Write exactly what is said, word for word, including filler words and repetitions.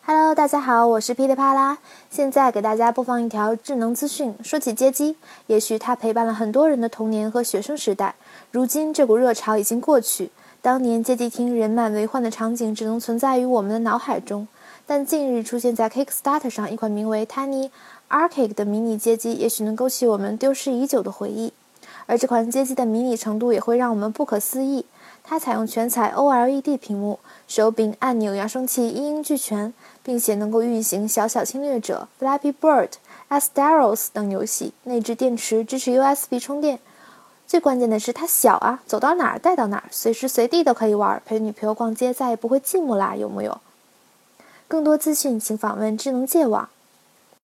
Hello， 大家好，我是噼里啪啦。现在给大家播放一条智能资讯。说起街机，也许它陪伴了很多人的童年和学生时代。如今这股热潮已经过去，当年街机厅人满为患的场景只能存在于我们的脑海中。但近日出现在 Kickstarter 上一款名为 Tiny Arcade 的迷你街机，也许能勾起我们丢失已久的回忆。而这款街机的迷你程度也会让我们不可思议。它采用全彩 O L E D 屏幕，手柄、按钮、扬声器一应俱全，并且能够运行小小侵略者、Flappy Bird、Asteros 等游戏，内置电池，支持 U S B 充电。最关键的是它小啊，走到哪儿带到哪儿，随时随地都可以玩，陪女朋友逛街再也不会寂寞啦，有木有？更多资讯请访问智能界网。